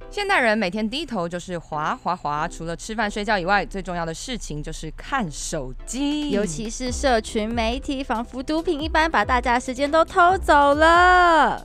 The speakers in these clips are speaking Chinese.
现代人每天低头就是滑滑滑，除了吃饭睡觉以外，最重要的事情就是看手机。 尤其是社群媒体，仿佛毒品一般，把大家的时间都偷走了。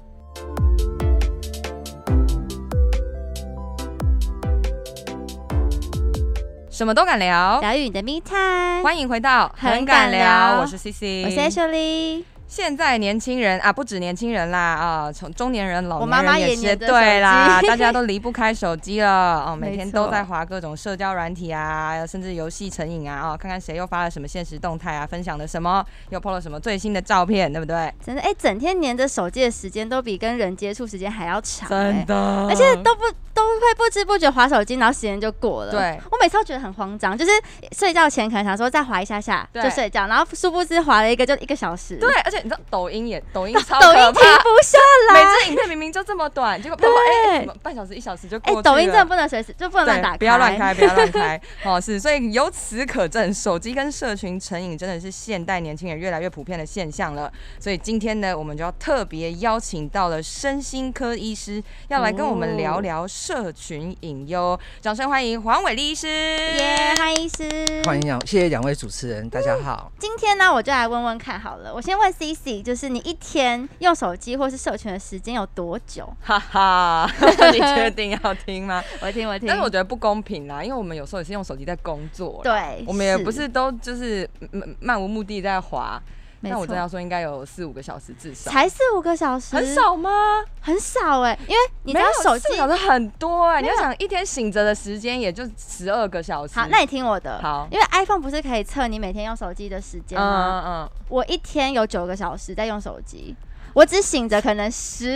什么都敢聊， 疗愈你的 me time， 欢迎回到很敢聊， 我是 CC， 我是 Ashley。 现在年轻人啊，不止年轻人啦啊，从中年人、老年人也是， 我妈妈也黏着手机， 对啦，大家都离不开手机了哦，每天都在滑各种社交软体啊，甚至游戏成瘾啊哦，看看谁又发了什么现实动态啊，分享了什么，又 po 了什么最新的照片，对不对？ 真的整天黏着手机的时间都比跟人接触时间还要长， 真的， 而且都会不知不觉滑手机，然后时间就过了。 对， 我每次都觉得很慌张，就是睡觉前可能想说再滑一下下就睡觉，然后殊不知滑了一个就1个小时。 对，而且你知道抖音超可怕， 抖音停不下来， 每支影片明明就这么短，结果怎么半小时1小时就过去了。 抖音真的不能随时就不能乱打开， 不要乱开，不要乱开哦，是，所以由此可证，手机跟社群成瘾真的是现代年轻人越来越普遍的现象了。所以今天呢，我们就要特别邀请到了身心科医师，要来跟我们聊聊社群瘾忧。掌声欢迎黄伟丽医师。 耶，欢迎医师， 欢迎谢谢两位主持人，大家好。 今天呢，我就来问问看好了，我先问 CC， 就是你一天用手机或是社群的时间有多久？ 哈哈，你确定要听吗？ 我听。 但是我觉得不公平啦，因为我们有时候也是用手机在工作， 对， 我们也不是都就是漫无目的在滑。但我真的要说，应该有4-5个小时至少。 才4-5个小时， 很少吗？ 很少因为你知道手机 4个小时很多你要想一天醒着的时间也就12个小时。 好，那你听我的。 好， 因为 iPhone 不是可以测你每天用手机的时间吗？我一天有9个小时在用手机。我只醒着可能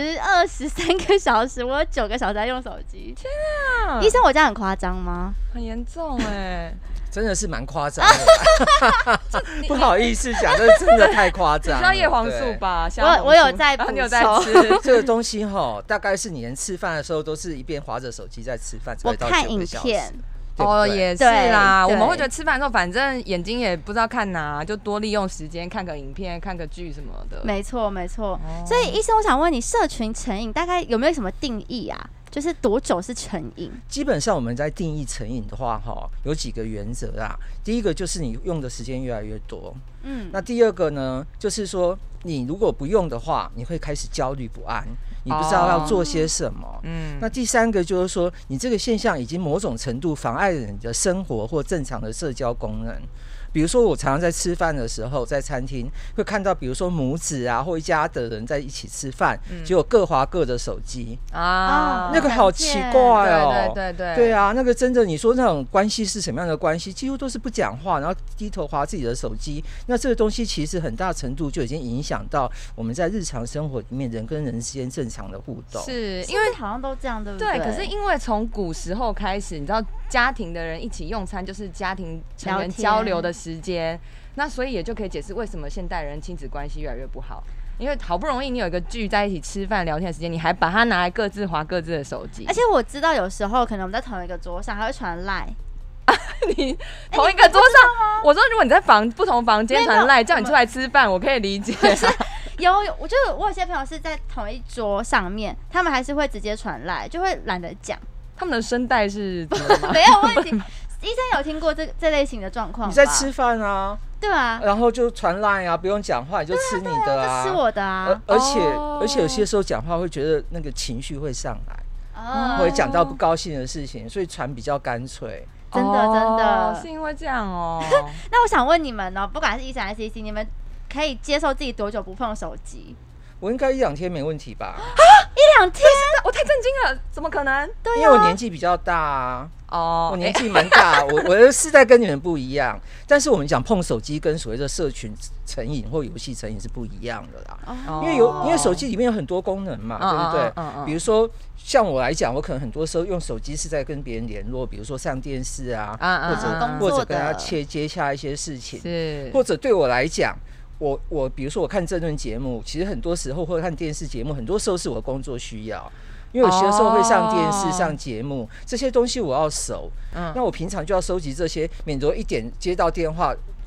12、13个小时，我有9个小时在用手机。 天啊！ 医生，我这样很夸张吗？ 很严重真的是蛮夸张的，不好意思讲，这真的太夸张了。 你知道叶黄素吧？ 我有在补充， 你有在吃这个东西大概是你连吃饭的时候都是一边滑着手机在吃饭，才会到9个小时。 我看影片。 也是啦，我们会觉得吃饭的时候，反正眼睛也不知道看哪，就多利用时间看个影片、看个剧什么的。 没错。所以医生，我想问你，社群成瘾大概有没有什么定义啊？就是多久是成瘾？ 基本上我们在定义成瘾的话，有几个原则啊。第一个就是你用的时间越来越多，那第二个呢，就是说你如果不用的话，你会开始焦虑不安。你不知道要做些什么，那第三个就是说，你这个现象已经某种程度妨碍了你的生活或正常的社交功能。比如说，我常常在吃饭的时候，在餐厅会看到，比如说母子啊，或一家的人在一起吃饭，结果各滑各的手机啊，那个好奇怪哦。对啊，那个真的，你说那种关系是什么样的关系？几乎都是不讲话，然后低头滑自己的手机。那这个东西其实很大程度就已经影响到我们在日常生活里面人跟人之间正常的互动。 是因为好像都这样，对不对？ 对，可是因为从古时候开始，你知道家庭的人一起用餐就是家庭成员交流的时间，那所以也就可以解释为什么现代人亲子关系越来越不好。因为好不容易你有一个聚在一起吃饭聊天的时间，你还把它拿来各自滑各自的手机。 而且我知道有时候可能我们在同一个桌上还会传 LINE。 你同一个桌上，我说如果你在不同房间传 LINE 叫你出来吃饭，我可以理解。 我有些朋友是在同一桌上面，他们还是会直接传 LINE，就会懒得讲。 他们的声带是怎么了吗？ 没有问题。医生有听过这类型的状况吗？ 你在吃饭啊， 对啊， 然后就传 LINE 啊，不用讲话，你就吃你的啊， 就吃我的啊。 而且有些时候讲话会觉得那个情绪会上来，会讲到不高兴的事情，所以传比较干脆。 真的是因为这样哦。 那我想问你们不管是医生还是 CC， 你们可以接受自己多久不碰手机？ 我应该1-2天没问题吧 ？1-2天？ 我太震惊了，怎么可能？ 对啊， 因为我年纪比较大啊。我年纪蛮大，我的世代跟你们不一样。但是我们讲碰手机跟所谓的社群成瘾或游戏成瘾是不一样的啦。因为手机里面有很多功能嘛，对不对？比如说像我来讲，我可能很多时候用手机是在跟别人联络，比如说上电视啊，或者跟他接洽一些事情，或者对我来讲。我比如说我看政论节目，其实很多时候或者看电视节目，很多时候是我工作需要，因为有些时候会上电视、上节目，这些东西我要熟。那我平常就要收集这些，免得一点接到电话，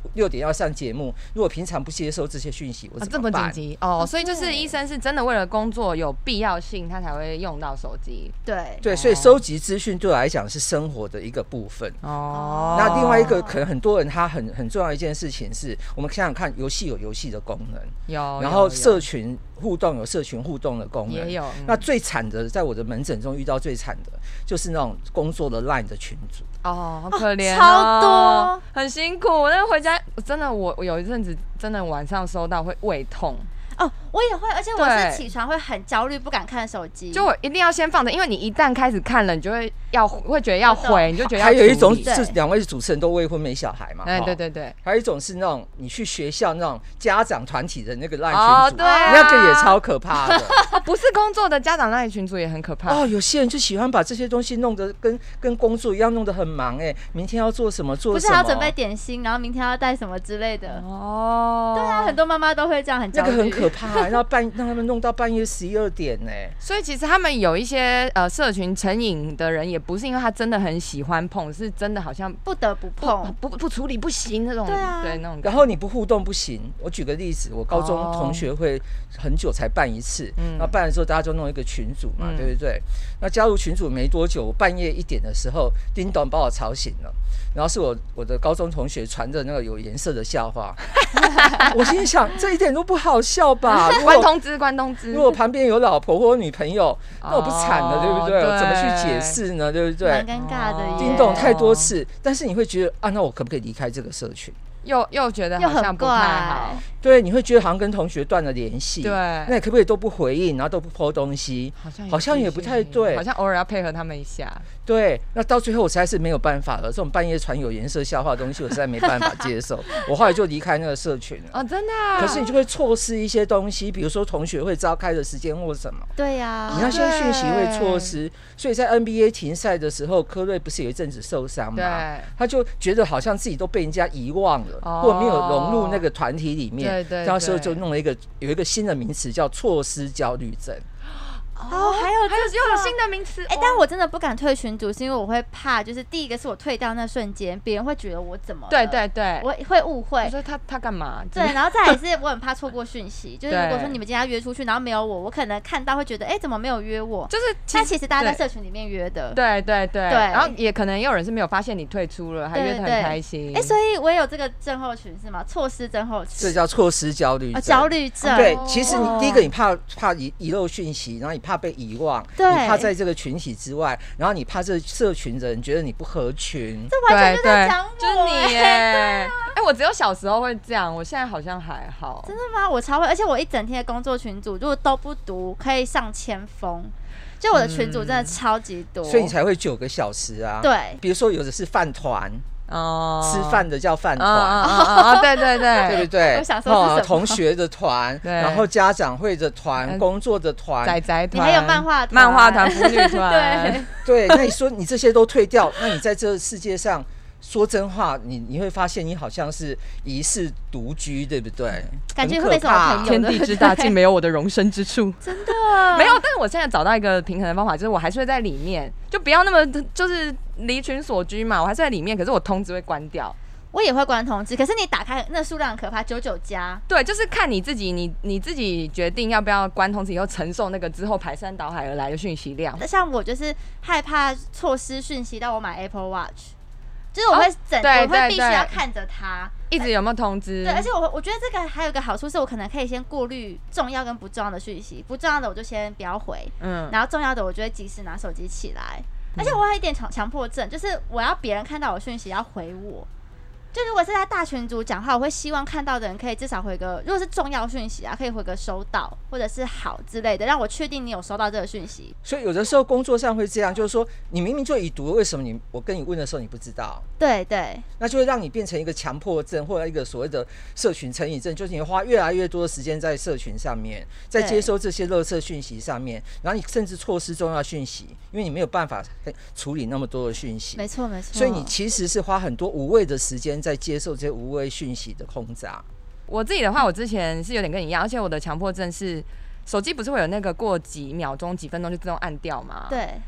6点要上节目，如果平常不接收这些讯息，我怎么办？ 这么紧急哦，所以就是医生是真的为了工作有必要性，他才会用到手机。 对， 所以收集资讯对我来讲是生活的一个部分。那另外一个可能很多人他很重要的一件事情是，我们想想看，游戏有游戏的功能，然后社群互动有社群互动的功能， 也有。 那最惨的，在我的门诊中遇到最惨的，就是那种工作的 LINE 的群组。 好可怜超多， 很辛苦。那回家真的，我有一阵子真的晚上收到会胃痛。 我也会，而且我是起床会很焦虑，不敢看手机， 就我一定要先放着，因为你一旦开始看了，你就会觉得要回，你就觉得要还有一种是2位主持人都未婚没小孩嘛， 对， 还有一种是那种你去学校那种家长团体的那个 LINE 群组， 对啊， 那个也超可怕的。 不是工作的家长 LINE 群组也很可怕。 有些人就喜欢把这些东西弄得跟工作一样，弄得很忙明天要做什么， 不是要准备点心，然后明天要带什么之类的。对啊，很多妈妈都会这样，很焦虑， 那个很可怕，让他们弄到半夜11、2点所以其实他们有一些社群成瘾的人，也不是因为他真的很喜欢碰，是真的好像不得不碰， 不处理不行那种。对那种。 然后你不互动不行。我举个例子，我高中同学会很久才办一次，然后办了之后大家就弄一个群组嘛，对不对？那加入群组没多久，我半夜1点的时候，叮咚把我吵醒了。然后是我的高中同学传的那个有颜色的笑话，我心里想这一点都不好笑吧？ 关通知。 如果旁边有老婆或女朋友，那我不惨了，对不对？怎么去解释呢？对不对？ 蛮尴尬的耶。 叮咚太多次，但是你会觉得那我可不可以离开这个社群？ 又觉得好像不太好， 对，你会觉得好像跟同学断了联系， 对， 那你可不可以都不回应，然后都不 po 东西？好像也不太对， 好像偶尔要配合他们一下。 对，那到最后我实在是没有办法了，这种半夜传有颜色笑话的东西，我实在没办法接受。我后来就离开那个社群了。 真的啊？ 可是你就会错失一些东西，比如说同学会召开的时间或什么。 对呀， 你那些讯息会错失。所以在 NBA 停赛的时候，科瑞不是有一阵子受伤嘛？他就觉得好像自己都被人家遗忘了，或者没有融入那个团体里面。对，到时候就弄了有一个新的名词叫错失焦虑症。 还有新的名词。 但我真的不敢退群组，是因为我会怕，就是第一个是我退掉那瞬间，别人会觉得我怎么了？ 对， 我会误会。 我说他干嘛？ 对，然后再来是我很怕错过讯息，就是如果说你们今天要约出去，然后没有我可能看到会觉得怎么没有约我？就是但其实大家在社群里面约的。 对，然后也可能也有人是没有发现你退出了，还约得很开心。 所以我也有这个症候群是吗？错失症候群。 这叫错失焦虑症。 焦虑症。 对，其实你第一个你怕遗漏讯息，然后你怕被遗忘，你怕在这个群体之外，然后你怕这社群的人觉得你不合群。 这完全就在讲我， 就是你耶。我只有小时候会这样，我现在好像还好。 真的吗？我超会，而且我一整天的工作群组如果都不读，可以上千封。就我的群组真的超级多， 所以你才会9个小时啊。 对， 比如说有的是饭团。吃饭的叫饭团， 对， 对不对？ 我想说是什么？ 同学的团，然后家长会的团，工作的团， 仔团， 你还有漫画团、妇女团， 对。那你说你这些都退掉，那你在这世界上说真话，你会发现你好像是遗世独居，对不对？ 感觉会没什么朋友。 天地之大，竟没有我的容身之处。 真的没有，但是我现在找到一个平衡的方法，就是我还是会在里面，就不要那么就是离群所居嘛。我还是在里面，可是我通知会关掉。 我也会关通知，可是你打开那数量很可怕，99加。 对，就是看你自己，你自己决定要不要关通知，以后承受那个之后排山倒海而来的讯息量。 像我就是害怕错失讯息，到我买 Apple Watch。就是我会我会必须要看着它， 一直有没有通知。 对，而且我觉得这个还有一个好处是，我可能可以先过滤重要跟不重要的讯息，不重要的我就先不要回，然后重要的我就会及时拿手机起来。而且我还有一点强迫症，就是我要别人看到我讯息要回我。就如果是在大群组讲话，我会希望看到的人可以至少回个，如果是重要讯息可以回个收到或者是好之类的，让我确定你有收到这个讯息。 所以有的时候工作上会这样，就是说你明明就已读，为什么我跟你问的时候你不知道？ 对， 那就会让你变成一个强迫症或者一个所谓的社群成瘾症，就是你花越来越多的时间在社群上面，在接收这些垃圾讯息上面，然后你甚至错失重要讯息，因为你没有办法处理那么多的讯息。 没错。 所以你其实是花很多无谓的时间在接受这些无谓讯息的轰炸。 我自己的话，我之前是有点跟你一样，而且我的强迫症是手机不是会有那个过几秒钟、几分钟就自动按掉吗？ 对。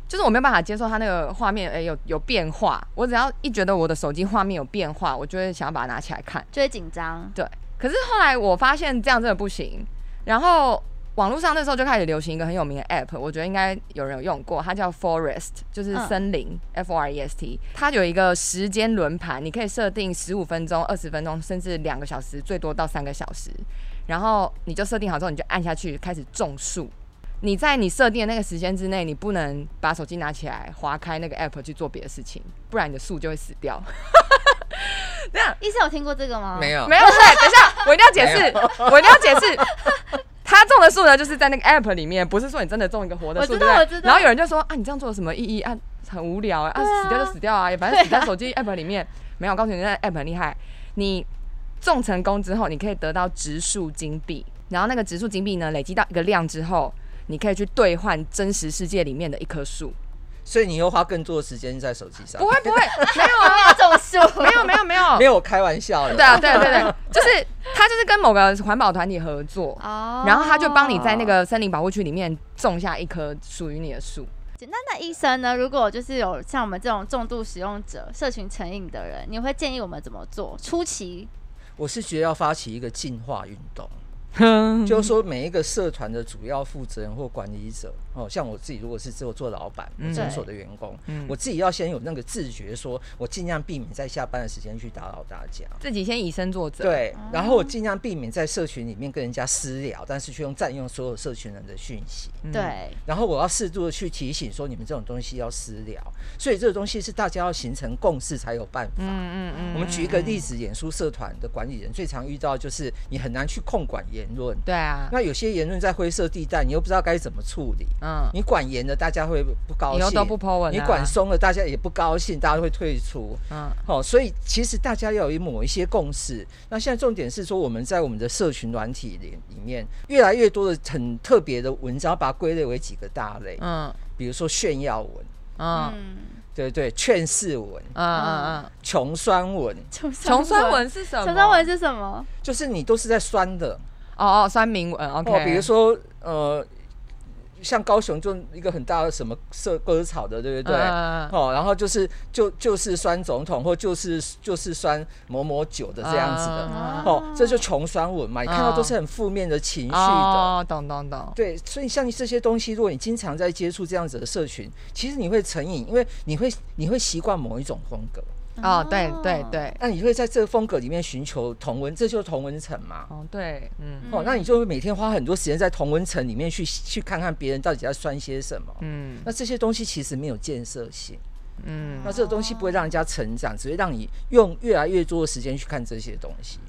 就是我没有办法接受它那个画面有变化，我只要一觉得我的手机画面有变化，我就会想要把它拿起来看， 就会紧张。 对，可是后来我发现这样真的不行，然后网络上那时候就开始流行一个很有名的 app， 我觉得应该有人有用过，它叫 Forest， 就是森林、FOREST， 它有一个时间轮盘，你可以设定15分钟、20分钟，甚至2个小时，最多到3个小时，然后你就设定好之后，你就按下去开始种树。你在你设定的那个时间之内，你不能把手机拿起来划开那个 app 去做别的事情，不然你的树就会死掉。这样， 医生有听过这个吗？ 没有， 对，等一下，我一定要解释，他种的树呢，就是在那个 app 里面，不是说你真的种一个活的树，对不对？ 我知道。 然后有人就说啊，你这样做有什么意义啊？很无聊啊，死掉就死掉啊，反正死在手机 app 里面。没有，我告诉你，那 app 很厉害，你种成功之后，你可以得到植树金币，然后那个植树金币呢，累积到一个量之后，你可以去兑换真实世界里面的一棵树。 所以你又花更多的时间在手机上？ 不会，没有啊， 种树， 没有， 没有，我开玩笑的。 对啊，对，就是他就是跟某个环保团体合作，然后他就帮你在那个森林保护区里面种下一棵属于你的树。 简单的医生呢，如果就是有像我们这种重度使用者、社群成瘾的人，你会建议我们怎么做？初期， 我是觉得要发起一个净化运动。就是说每一个社团的主要负责人或管理者，像我自己如果是只有做老板，诊所的员工，我自己要先有那个自觉，说我尽量避免在下班的时间去打扰大家， 自己先以身作则。 对，然后我尽量避免在社群里面跟人家私聊，但是却占用所有社群人的讯息。 对， 然后我要适度的去提醒说，你们这种东西要私聊，所以这个东西是大家要形成共识才有办法。我们举一个例子，脸书社团的管理人最常遇到就是你很难去控管言论。 对啊， 那有些言论在灰色地带，你又不知道该怎么处理。你管严了，大家会不高兴； 以后都不 po 文。 你管松了，大家也不高兴，大家会退出。所以其实大家要有某一些共识。那现在重点是说，我们在我们的社群软体里面，越来越多的很特别的文章，把它归类为几个大类。比如说炫耀文。对，劝世文，穷酸文。 穷酸文是什么？ 穷酸文是什么？ 就是你都是在酸的。 酸民文 ，OK。 比如说，像高雄就一个很大的什么割草的，对不对？然后就是酸总统，或就是酸某某酒的这样子的，这就穷酸文嘛。你看到都是很负面的情绪的， 懂。 对，所以像你这些东西，如果你经常在接触这样子的社群，其实你会成瘾，因为你会习惯某一种风格。 对， 那你会在这个风格里面寻求同温，这就是同温层嘛。 对， 那你就会每天花很多时间在同温层里面去看看别人到底在酸些什么。那这些东西其实没有建设性。那这个东西不会让人家成长，只会让你用越来越多的时间去看这些东西。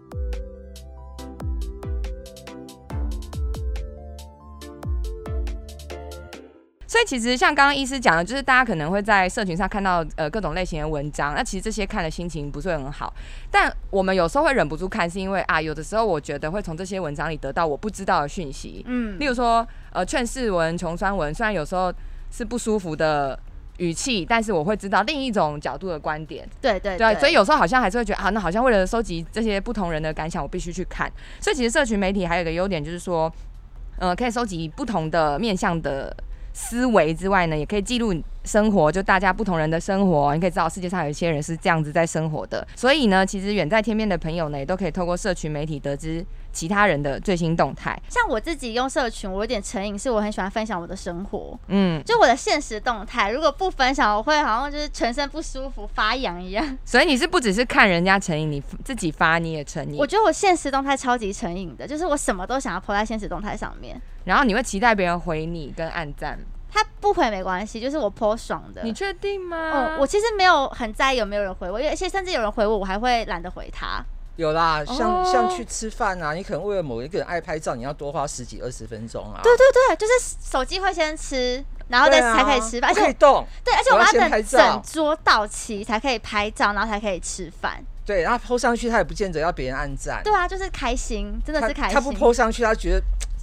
所以其实像刚刚医师讲的，就是大家可能会在社群上看到各种类型的文章，那其实这些看的心情不是很好，但我们有时候会忍不住看，是因为有的时候我觉得会从这些文章里得到我不知道的讯息，例如说劝世文、穷酸文，虽然有时候是不舒服的语气，但是我会知道另一种角度的观点。 对， 所以有时候好像还是会觉得那好像为了收集这些不同人的感想，我必须去看。所以其实社群媒体还有一个优点就是说，可以收集不同的面向的思维之外呢，也可以记录生活，就大家不同人的生活，你可以知道世界上有一些人是这样子在生活的。所以呢，其实远在天边的朋友呢，也都可以透过社群媒体得知其他人的最新动态。 像我自己用社群，我有点成瘾，是我很喜欢分享我的生活。就我的现实动态，如果不分享，我会好像就是全身不舒服、发痒一样。 所以你是不只是看人家成瘾，你自己发你也成瘾。 我觉得我现实动态超级成瘾的，就是我什么都想要 po 在现实动态上面， 然后你会期待别人回你跟按赞。 他不回没关系，就是我 po 爽的。 你确定吗？ 我其实没有很在意有没有人回我，而且甚至有人回我，我还会懒得回他。 有啦，像去吃饭啊，你可能为了某一个人爱拍照，你要多花10几20分钟啊。 对，就是手机会先吃，然后才可以吃饭，而且可以动。 对，而且我要等整桌到齐才可以拍照，然后才可以吃饭。 对，然后 po 上去，他也不见得要别人按赞。 对啊，就是开心，真的是开心。 他不 po 上去，他觉得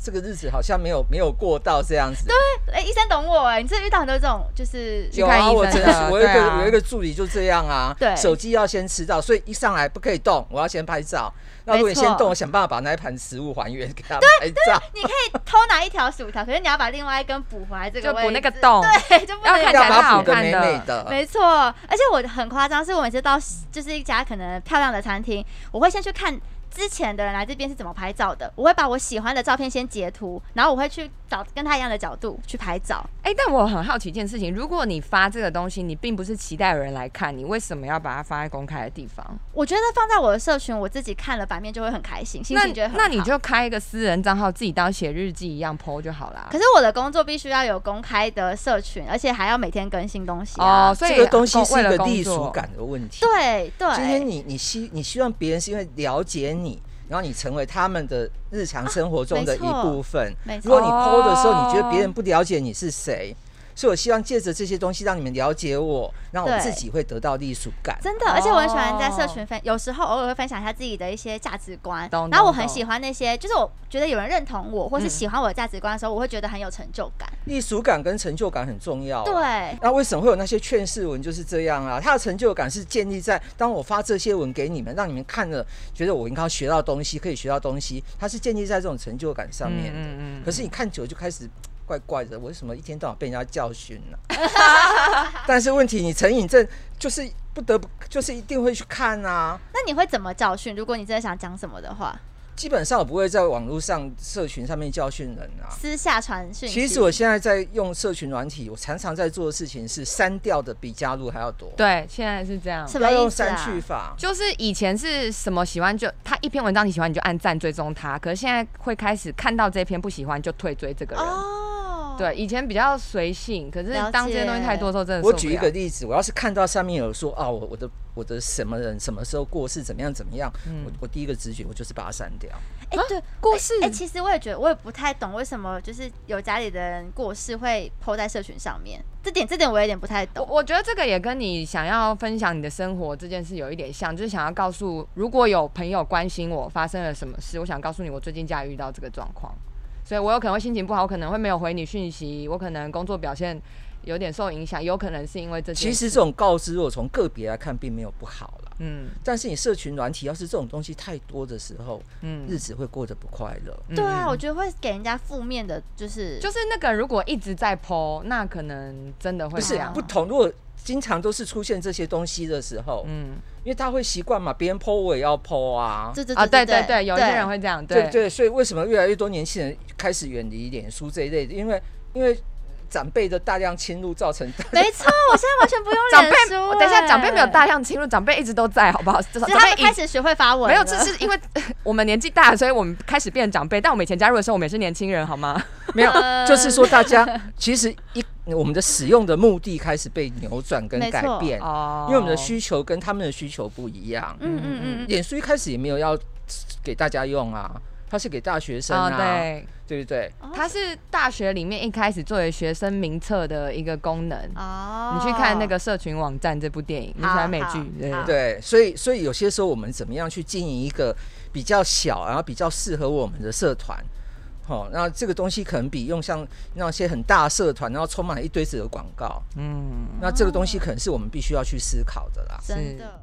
这个日子好像没有过到这样子。 对，医生懂我你是遇到很多这种就是有啊，我真的有一个助理就这样啊， 对， 手机要先吃到，所以一上来不可以动，我要先拍照。那如果你先动，我想办法把那一盘食物还原给他拍照。 你可以偷拿一条15条，可是你要把另外一根补回来这个位置， 就补那个洞， 对，就不能要看起来把它好补得美看的。 美的， 没错。而且我很夸张，是我每次到就是一家可能漂亮的餐厅，我会先去看之前的人来这边是怎么拍照的，我会把我喜欢的照片先截图，然后我会去找跟他一样的角度去拍照。 但我很好奇一件事情，如果你发这个东西，你并不是期待有人来看，你为什么要把它放在公开的地方？ 我觉得放在我的社群，我自己看了版面就会很开心，心情觉得很好。 那你就开一个私人账号，自己当写日记一样 po 就好啦。 可是我的工作必须要有公开的社群，而且还要每天更新东西啊。 所以这个东西是一个隶属感的问题。 对， 今天你希望别人是因为了解你，然后你成为他们的日常生活中的一部分。如果你 po 的时候，你觉得别人不了解你是谁，所以我希望借着这些东西让你们了解我，让我自己会得到隶属感。 真的，而且我很喜欢在社群有时候偶尔会分享一下自己的一些价值观，然后我很喜欢那些，就是我觉得有人认同我或是喜欢我的价值观的时候，我会觉得很有成就感。 隶属感跟成就感很重要。 对。 那为什么会有那些劝世文就是这样啊？它的成就感是建立在当我发这些文给你们，让你们看了觉得我应该学到东西，可以学到东西，它是建立在这种成就感上面的。可是你看久就开始怪怪的，我为什么一天到晚被人家教训呢？但是问题，你成瘾症就是不得不，就是一定会去看啊。 那你会怎么教训？如果你真的想讲什么的话， 基本上我不会在网络上、社群上面教训人啊， 私下传讯息。 其实我现在在用社群软体，我常常在做的事情是删掉的比加入还要多。 对，现在是这样。 什么意思啊？ 要用删去法， 就是以前是什么喜欢就他一篇文章你喜欢你就按赞追踪他，可是现在会开始看到这篇不喜欢就退追这个人。对，以前比较随性，可是当这些东西太多的时候，真的受不了。 我举一个例子，我要是看到上面有说我的什么人什么时候过世怎么样，我第一个直觉我就是把它删掉。 对，过世。其实我也觉得我也不太懂为什么就是有家里的人过世会 po 在社群上面，这点我有点不太懂。 我觉得这个也跟你想要分享你的生活这件事有一点像，就是想要告诉如果有朋友关心我发生了什么事，我想告诉你我最近家遇到这个状况。所以我有可能会心情不好，我可能会没有回你讯息，我可能工作表现有点受影响，有可能是因为这件事。 其实这种告知，如果从个别来看，并没有不好啦。但是你社群软体要是这种东西太多的时候，日子会过得不快乐。 对啊，我觉得会给人家负面的，就是那个如果一直在 po， 那可能真的会这样。 不是不同，如果经常都是出现这些东西的时候，因为他会习惯嘛，别人 po 我也要 po 啊。 对，有一些人会这样， 对，所以为什么越来越多年轻人开始远离脸书这一类的？因为长辈的大量侵入造成。 没错，我现在完全不用脸书。 等一下，长辈没有大量侵入，长辈一直都在，好不好？ 长辈开始学会发文了。 没有，这是因为我们年纪大了，所以我们开始变成长辈。但我们以前加入的时候，我们也是年轻人，好吗？ 没有，就是说大家其实我们的使用的目的开始被扭转跟改变，因为我们的需求跟他们的需求不一样。脸书一开始也没有要给大家用啊。它是给大学生啊，对不对？ 它是大学里面一开始作为学生名册的一个功能。你去看那个社群网站这部电影，你喜欢美剧， 对，所以有些时候我们怎么样去经营一个比较小，然后比较适合我们的社团？那这个东西可能比用像那些很大的社团，然后充满了一堆子的广告，那这个东西可能是我们必须要去思考的啦。 真的。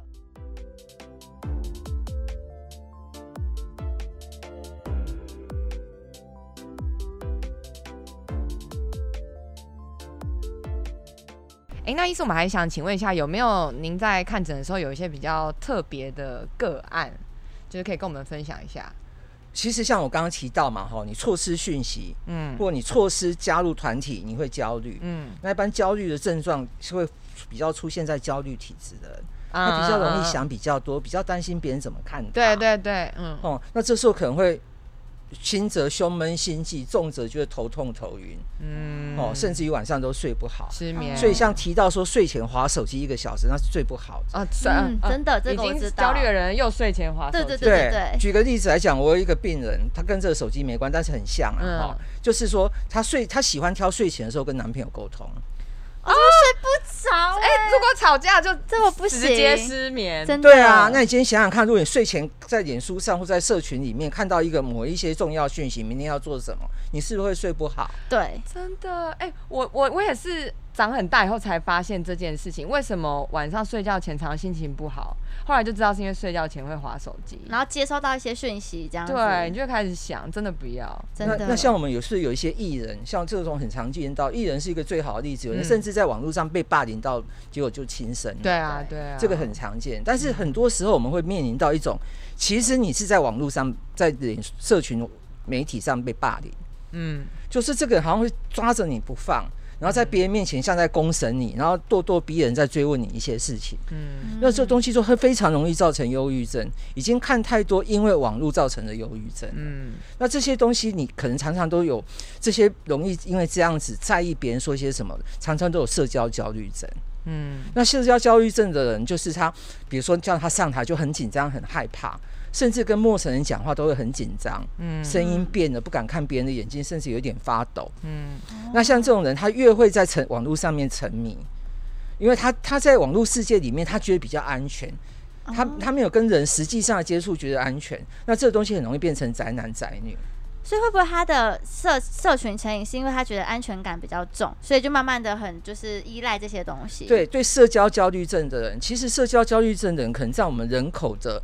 那医师，我们还想请问一下，有没有您在看诊的时候有一些比较特别的个案，就是可以跟我们分享一下？ 其实像我刚刚提到嘛，你错失讯息，或者你错失加入团体，你会焦虑，那一般焦虑的症状是会比较出现在焦虑体质的人，他比较容易想比较多，比较担心别人怎么看他。 对， 那这时候可能会轻则胸闷心悸，重则觉得头痛头晕，甚至于晚上都睡不好， 失眠。 所以像提到说睡前滑手机1个小时，那是最不好的。 真的，这个我知道。已经焦虑的人又睡前滑手机。 对。 举个例子来讲，我有一个病人，他跟这个手机没关，但是很像啊，就是说他喜欢挑睡前的时候跟男朋友沟通。 睡不着。 如果吵架就这我不行， 直接失眠。 真的。 对啊，那你今天想想看，如果你睡前在脸书上或在社群里面看到某一些重要讯息，明天要做什么，你是不是会睡不好？ 对， 真的，我也是长很大以后才发现这件事情，为什么晚上睡觉前常常心情不好，后来就知道是因为睡觉前会滑手机， 然后接收到一些讯息，这样子， 对，你就会开始想，真的不要， 真的。 那像我们有一些艺人，像这种很常见到，艺人是一个最好的例子，有人甚至在网络上被霸凌到，结果就轻生了。 对啊，对啊， 这个很常见。但是很多时候我们会面临到一种，其实你是在网络上，在社群媒体上被霸凌，就是这个人好像会抓着你不放。然后在别人面前像在公审你，然后咄咄逼人在追问你一些事情，那这东西就会非常容易造成忧郁症。已经看太多因为网络造成的忧郁症，那这些东西你可能常常都有这些容易因为这样子在意别人说些什么，常常都有社交焦虑症。那社交焦虑症的人就是他，比如说叫他上台就很紧张、很害怕，甚至跟陌生人讲话都会很紧张，声音变了，不敢看别人的眼睛，甚至有点发抖。那像这种人，他越会在网络上面沉迷，因为他在网络世界里面，他觉得比较安全，他没有跟人实际上的接触，觉得安全。那这个东西很容易变成宅男宅女。 所以会不会他的社群成瘾是因为他觉得安全感比较重，所以就慢慢的很就是依赖这些东西？ 对社交焦虑症的人，其实社交焦虑症的人可能在我们人口的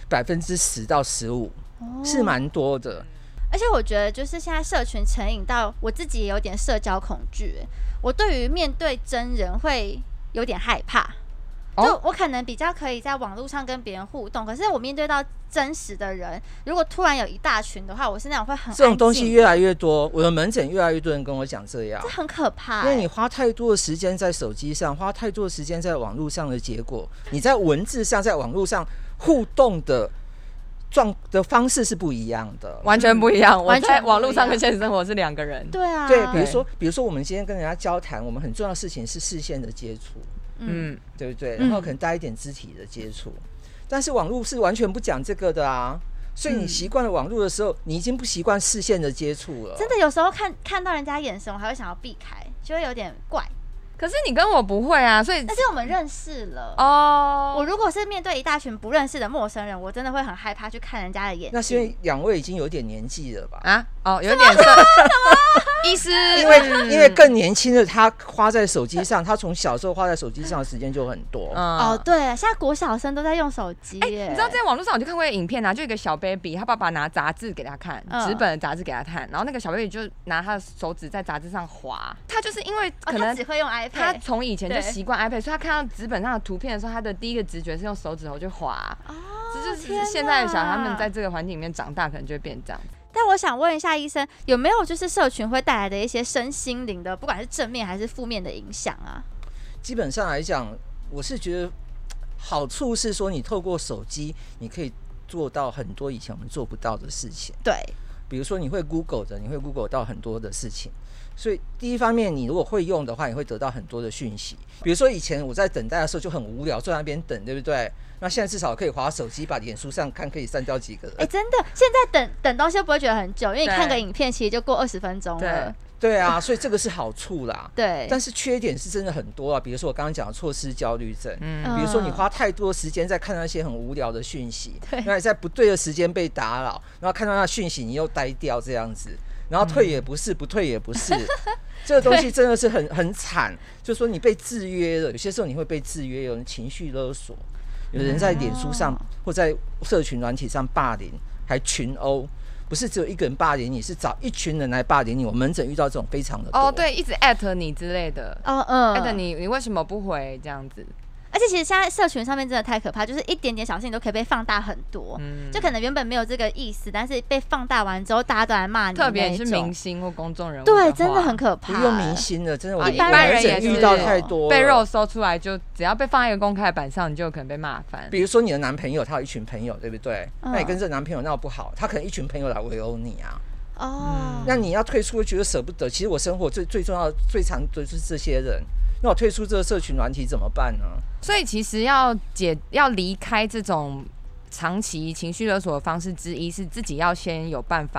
10%到15%，是蛮多的。 而且我觉得就是现在社群成瘾到我自己也有点社交恐惧，我对于面对真人会有点害怕。就我可能比较可以在网络上跟别人互动，可是我面对到真实的人，如果突然有一大群的话，我是那种会很安静。 这种东西越来越多，我的门诊越来越多人跟我讲这样， 这很可怕。 因为你花太多的时间在手机上，花太多的时间在网络上的结果，你在文字上在网络上互动的方式是不一样的， 完全不一样。我在网络上跟现实生活是两个人。 对啊， 对，比如说我们今天跟人家交谈，我们很重要的事情是视线的接触，对不对？然后可能带一点肢体的接触，但是网络是完全不讲这个的啊。所以你习惯了网络的时候，你已经不习惯视线的接触了。 真的有时候看到人家眼神，我还会想要避开，就会有点怪。 可是你跟我不会啊，所以但是我们认识了哦。我如果是面对一大群不认识的陌生人，我真的会很害怕去看人家的眼睛。 那是因为两位已经有点年纪了吧？ 有点色。医师， 因为更年轻的他花在手机上，他从小时候花在手机上的时间就很多。 对，现在国小生都在用手机耶。 你知道在网络上我就看过一个影片啊，就一个小 baby， 他爸爸拿杂志给他看，纸本的杂志给他看，然后那个小 baby 就拿他的手指在杂志上滑。他就是因为可能他只会用 iPad， 他从以前就习惯 iPad， 所以他看到纸本上的图片的时候，他的第一个直觉是用手指头去滑。只是现在的小孩他们在这个环境里面长大，可能就会变这样。 但我想问一下医生，有没有就是社群会带来的一些身心灵的，不管是正面还是负面的影响啊？ 基本上来讲，我是觉得好处是说，你透过手机，你可以做到很多以前我们做不到的事情。 对， 比如说你会 Google 的，你会 Google 到很多的事情。所以第一方面，你如果会用的话，你会得到很多的讯息。比如说以前我在等待的时候就很无聊，坐在那边等，对不对？那现在至少可以滑手机，把脸书上看可以删掉几个人。 真的，现在等东西都不会觉得很久，因为你看个影片其实就过20分钟了。 对啊，所以这个是好处啦。 对， 但是缺点是真的很多啊。比如说我刚刚讲的错失焦虑症，比如说你花太多时间在看那些很无聊的讯息，那你在不对的时间被打扰，然后看到那讯息你又呆掉这样子，然后退也不是，不退也不是。这个东西真的是很惨，就是说你被制约了，有些时候你会被制约，有人情绪勒索，有人在脸书上或在社群软体上霸凌，还群殴，不是只有一个人霸凌你，是找一群人来霸凌你。我门诊遇到这种非常的多。 对，一直@你之类的。@你为什么不回这样子？ 而且其实现在社群上面真的太可怕，就是一点点小事情都可以被放大很多，就可能原本没有这个意思，但是被放大完之后，大家都来骂你。 特别是明星或公众人物， 对，真的很可怕。 不用明星的，真的， 一般人也遇到太多被肉搜出来，就只要被放在一个公开版上，你就有可能被骂翻。 比如说你的男朋友，他有一群朋友，对不对？那你跟这男朋友闹不好，他可能一群朋友来围殴你啊。那你要退出，觉得舍不得。其实我生活最重要、最常的就是这些人。那我退出这个社群软体怎么办呢？ 所以其实要离开这种长期情绪勒索的方式之一，是自己要先有办法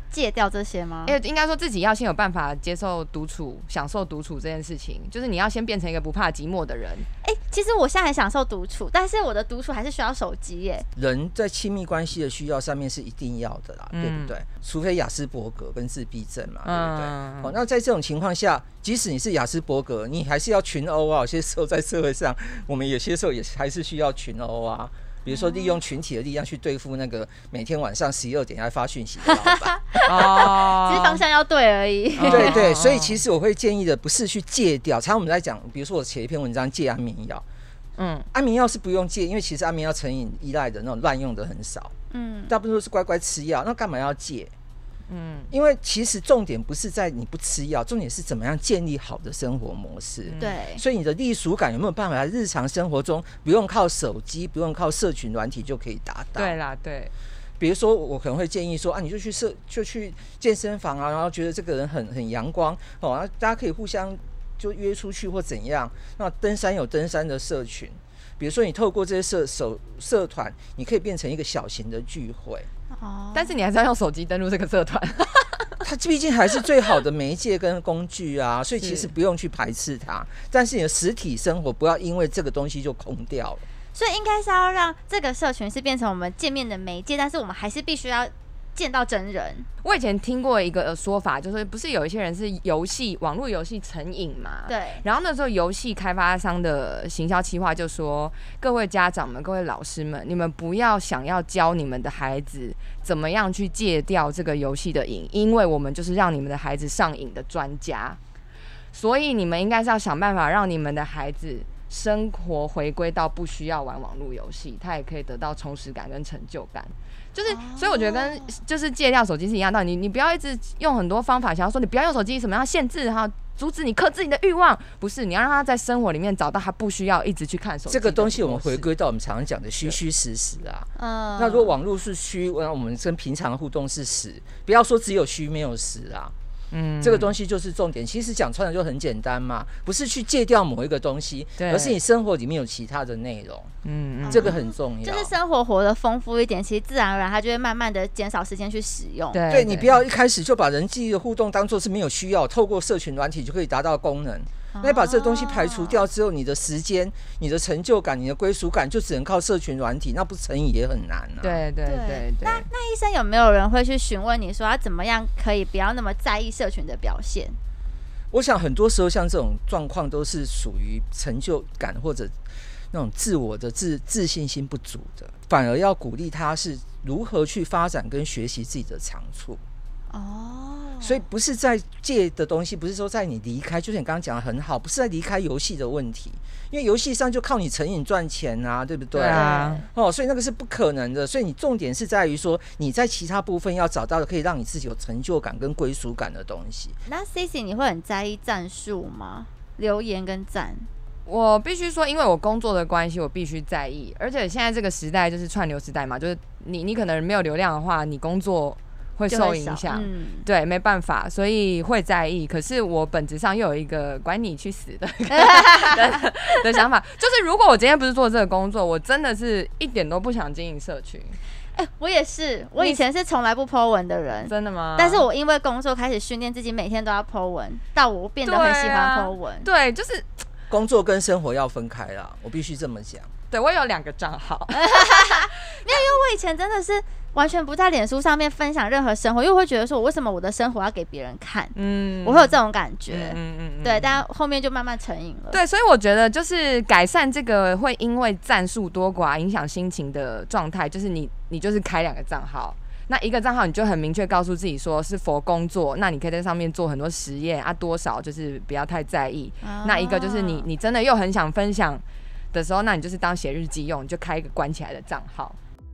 戒掉这些吗？ 应该说自己要先有办法接受独处，享受独处这件事情，就是你要先变成一个不怕寂寞的人。 其实我现在很享受独处，但是我的独处还是需要手机耶。 人在亲密关系的需要上面是一定要的啦，对不对？除非亚斯伯格跟自闭症嘛，对不对？那在这种情况下，即使你是亚斯伯格，你还是要群殴啊。有些时候在社会上，我们有些时候也还是需要群殴啊。比如说利用群体的力量去对付那个每天晚上12点还发讯息的老板只是方向要对而已。 对对，所以其实我会建议的不是去戒掉，常常我们在讲，比如说我写一篇文章戒安眠药，安眠药是不用戒，因为其实安眠药成瘾依赖的那种乱用的很少，大部分都是乖乖吃药，那干嘛要戒？因为其实重点不是在你不吃药，重点是怎么样建立好的生活模式。 对， 所以你的隶属感有没有办法在日常生活中不用靠手机、不用靠社群软体就可以达到？ 对啦，对。 比如说，我可能会建议说，你就去健身房啊，然后觉得这个人很阳光哦，大家可以互相就约出去或怎样。那登山有登山的社群，比如说你透过这些社团，你可以变成一个小型的聚会。 但是你还是要用手机登录这个社团。 它毕竟还是最好的媒介跟工具啊，所以其实不用去排斥它。但是你的实体生活不要因为这个东西就空掉了。 所以应该是要让这个社群是变成我们见面的媒介，但是我们还是必须要见到真人。 我以前听过一个说法，就是不是有一些人是网络游戏成瘾嘛？ 对。 然后那时候游戏开发商的行销企划就说：各位家长们、各位老师们，你们不要想要教你们的孩子怎么样去戒掉这个游戏的瘾，因为我们就是让你们的孩子上瘾的专家。所以你们应该是要想办法让你们的孩子生活回归到不需要玩网络游戏，他也可以得到充实感跟成就感。就是所以我觉得跟就是戒掉手机是一样道理，你不要一直用很多方法想要说你不要用手机，什么样限制哈，阻止你克制你的欲望，不是，你要让他在生活里面找到他不需要一直去看手机。 这个东西我们回归到我们常常讲的虚虚实实啊。那如果网络是虚，那我们跟平常的互动是实，不要说只有虚没有实啊。这个东西就是重点。其实讲穿了就很简单嘛，不是去戒掉某一个东西，而是你生活里面有其他的内容。这个很重要。 就是生活活得丰富一点，其实自然而然它就会慢慢的减少时间去使用。 对，你不要一开始就把人际的互动当作是没有需要，透过社群软体就可以达到功能。那把这个东西排除掉之后，你的时间、你的成就感、你的归属感就只能靠社群软体，那不成瘾也很难啊。 对。 那医生有没有人会去询问你说他怎么样可以不要那么在意社群的表现？ 我想很多时候像这种状况都是属于成就感或者那种自我的自信心不足的，反而要鼓励他是如何去发展跟学习自己的长处。所以不是在戒的东西，不是说在你离开，就是你刚刚讲的很好，不是在离开游戏的问题，因为游戏上就靠你成瘾赚钱啊，对不对？对啊。所以那个是不可能的。所以你重点是在于说你在其他部分要找到的可以让你自己有成就感跟归属感的东西。 那 Cici 你会很在意赞数吗？留言跟赞？ 我必须说，因为我工作的关系，我必须在意。而且现在这个时代就是串流时代嘛，就是你可能没有流量的话，你工作会受影响，对，没办法，所以会在意。可是我本质上又有一个管你去死的的想法，就是如果我今天不是做这个工作，我真的是一点都不想经营社群。 我也是，我以前是从来不 po 文的人。 真的吗？ 但是我因为工作开始训练自己，每天都要 po 文，到我变得很喜欢 po 文。 对，就是工作跟生活要分开啦，我必须这么讲。 对，我有2个账号。 没有，因为我以前真的是完全不在脸书上面分享任何生活，因为我会觉得说，我为什么我的生活要给别人看？我会有这种感觉。对，但后面就慢慢成瘾了。 对，所以我觉得就是改善这个会因为战术多寡影响心情的状态，就是你就是开2个账号。那一个账号你就很明确告诉自己说是 for 工作，那你可以在上面做很多实验啊，多少就是不要太在意。那一个就是你真的又很想分享的时候，那你就是当写日记用，你就开一个关起来的账号。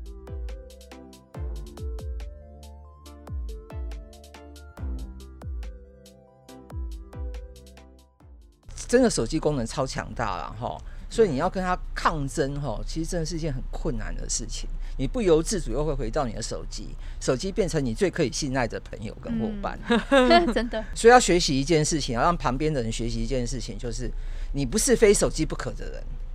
真的手机功能超强大了哈，所以你要跟它抗争哈，其实真的是一件很困难的事情。你不由自主又会回到你的手机，手机变成你最可以信赖的朋友跟伙伴。 真的。 所以要学习一件事情，要让旁边的人学习一件事情，就是你不是非手机不可的人。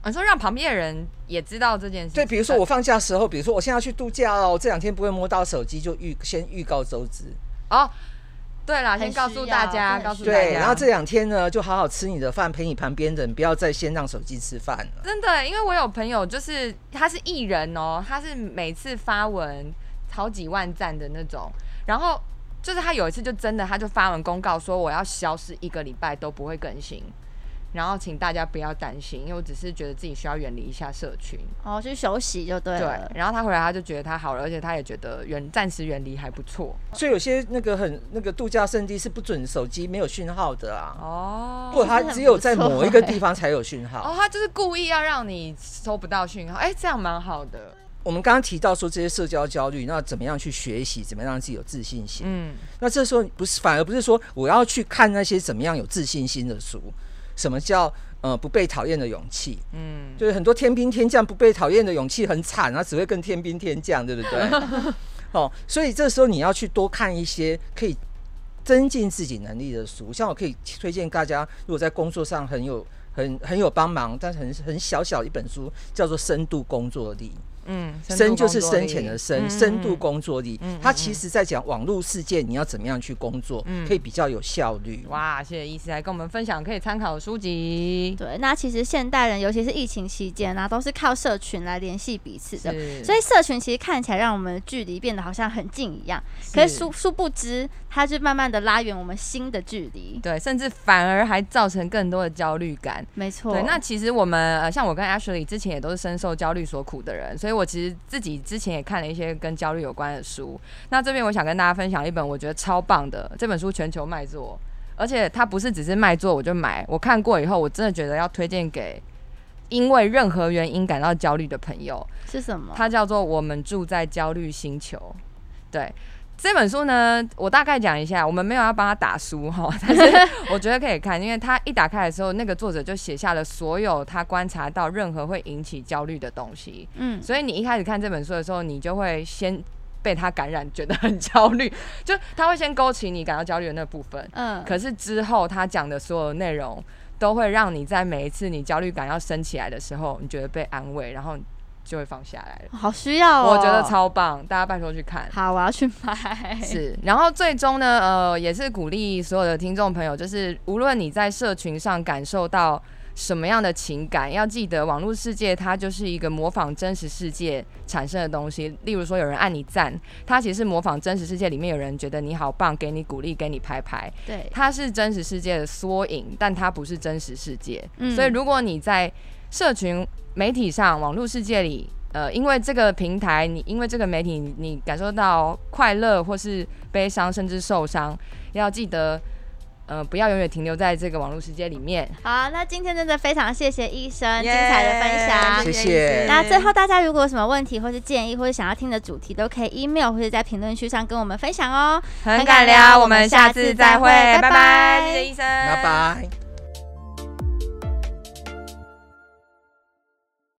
你说让旁边的人也知道这件事情。 对，比如说我放假的时候，比如说我现在要去度假了，我这2天不会摸到手机，就先预告周知。 哦，对啦，先告诉大家， 对，然后这2天呢，就好好吃你的饭，陪你旁边的人，不要再先让手机吃饭了。 真的，因为我有朋友，就是他是艺人哦，他是每次发文好几万赞的那种，然后就是他有一次就真的，他就发文公告说我要消失1个礼拜都不会更新。然后请大家不要担心，因为我只是觉得自己需要远离一下社群， 去休息就对了。 对，然后他回来他就觉得他好了，而且他也觉得暂时远离还不错。 所以有些那个度假胜地是不准手机没有讯号的啊，或者他只有在某一个地方才有讯号。 他就是故意要让你收不到讯号，这样蛮好的。 我们刚刚提到说这些社交焦虑，那怎么样去学习，怎么样让自己有自信心？那这时候反而不是说我要去看那些怎么样有自信心的书。什么叫不被讨厌的勇气？就是很多天兵天将不被讨厌的勇气很惨啊，只会更天兵天将，对不对？所以这时候你要去多看一些可以增进自己能力的书，像我可以推荐大家，如果在工作上很有帮忙，但是很小小的一本书，叫做《深度工作力》。深就是深浅的深，深度工作力，它其实在讲网络世界你要怎么样去工作，可以比较有效率。 哇，谢谢医师来跟我们分享可以参考的书籍。 对，那其实现代人，尤其是疫情期间都是靠社群来联系彼此的，所以社群其实看起来让我们的距离变得好像很近一样，可是殊不知，它就慢慢的拉远我们心的距离。 对，甚至反而还造成更多的焦虑感。 没错。 对，那其实我们像我跟 Ashley 之前也都是深受焦虑所苦的人，所以我其实自己之前也看了一些跟焦虑有关的书。那这边我想跟大家分享一本我觉得超棒的，这本书全球卖座，而且它不是只是卖座我就买，我看过以后我真的觉得要推荐给因为任何原因感到焦虑的朋友。 是什么？ 它叫做《我们住在焦虑星球》。对，这本书呢，我大概讲一下，我们没有要帮他打书哈，但是我觉得可以看，因为他一打开的时候，那个作者就写下了所有他观察到任何会引起焦虑的东西。所以你一开始看这本书的时候，你就会先被他感染，觉得很焦虑，就他会先勾起你感到焦虑的那部分。可是之后他讲的所有内容，都会让你在每一次你焦虑感要升起来的时候，你觉得被安慰，然后就会放下来了。 好需要哦， 我觉得超棒，大家拜托去看。 好，我要去买。 是，然后最终呢，也是鼓励所有的听众朋友，就是无论你在社群上感受到什么样的情感，要记得网络世界它就是一个模仿真实世界产生的东西。例如说有人按你赞，它其实是模仿真实世界里面有人觉得你好棒，给你鼓励，给你拍拍。 对，它是真实世界的缩影，但它不是真实世界。所以如果你在社群媒体上网络世界里因为这个平台，你因为这个媒体你感受到快乐或是悲伤甚至受伤，要记得不要永远停留在这个网络世界里面。 好，那今天真的非常谢谢医生精彩的分享， 谢谢。 那最后大家如果有什么问题或是建议或是想要听的主题，都可以 email 或者在评论区上跟我们分享哦。 很敢聊，我们下次再会，拜拜，谢谢医生， 拜拜。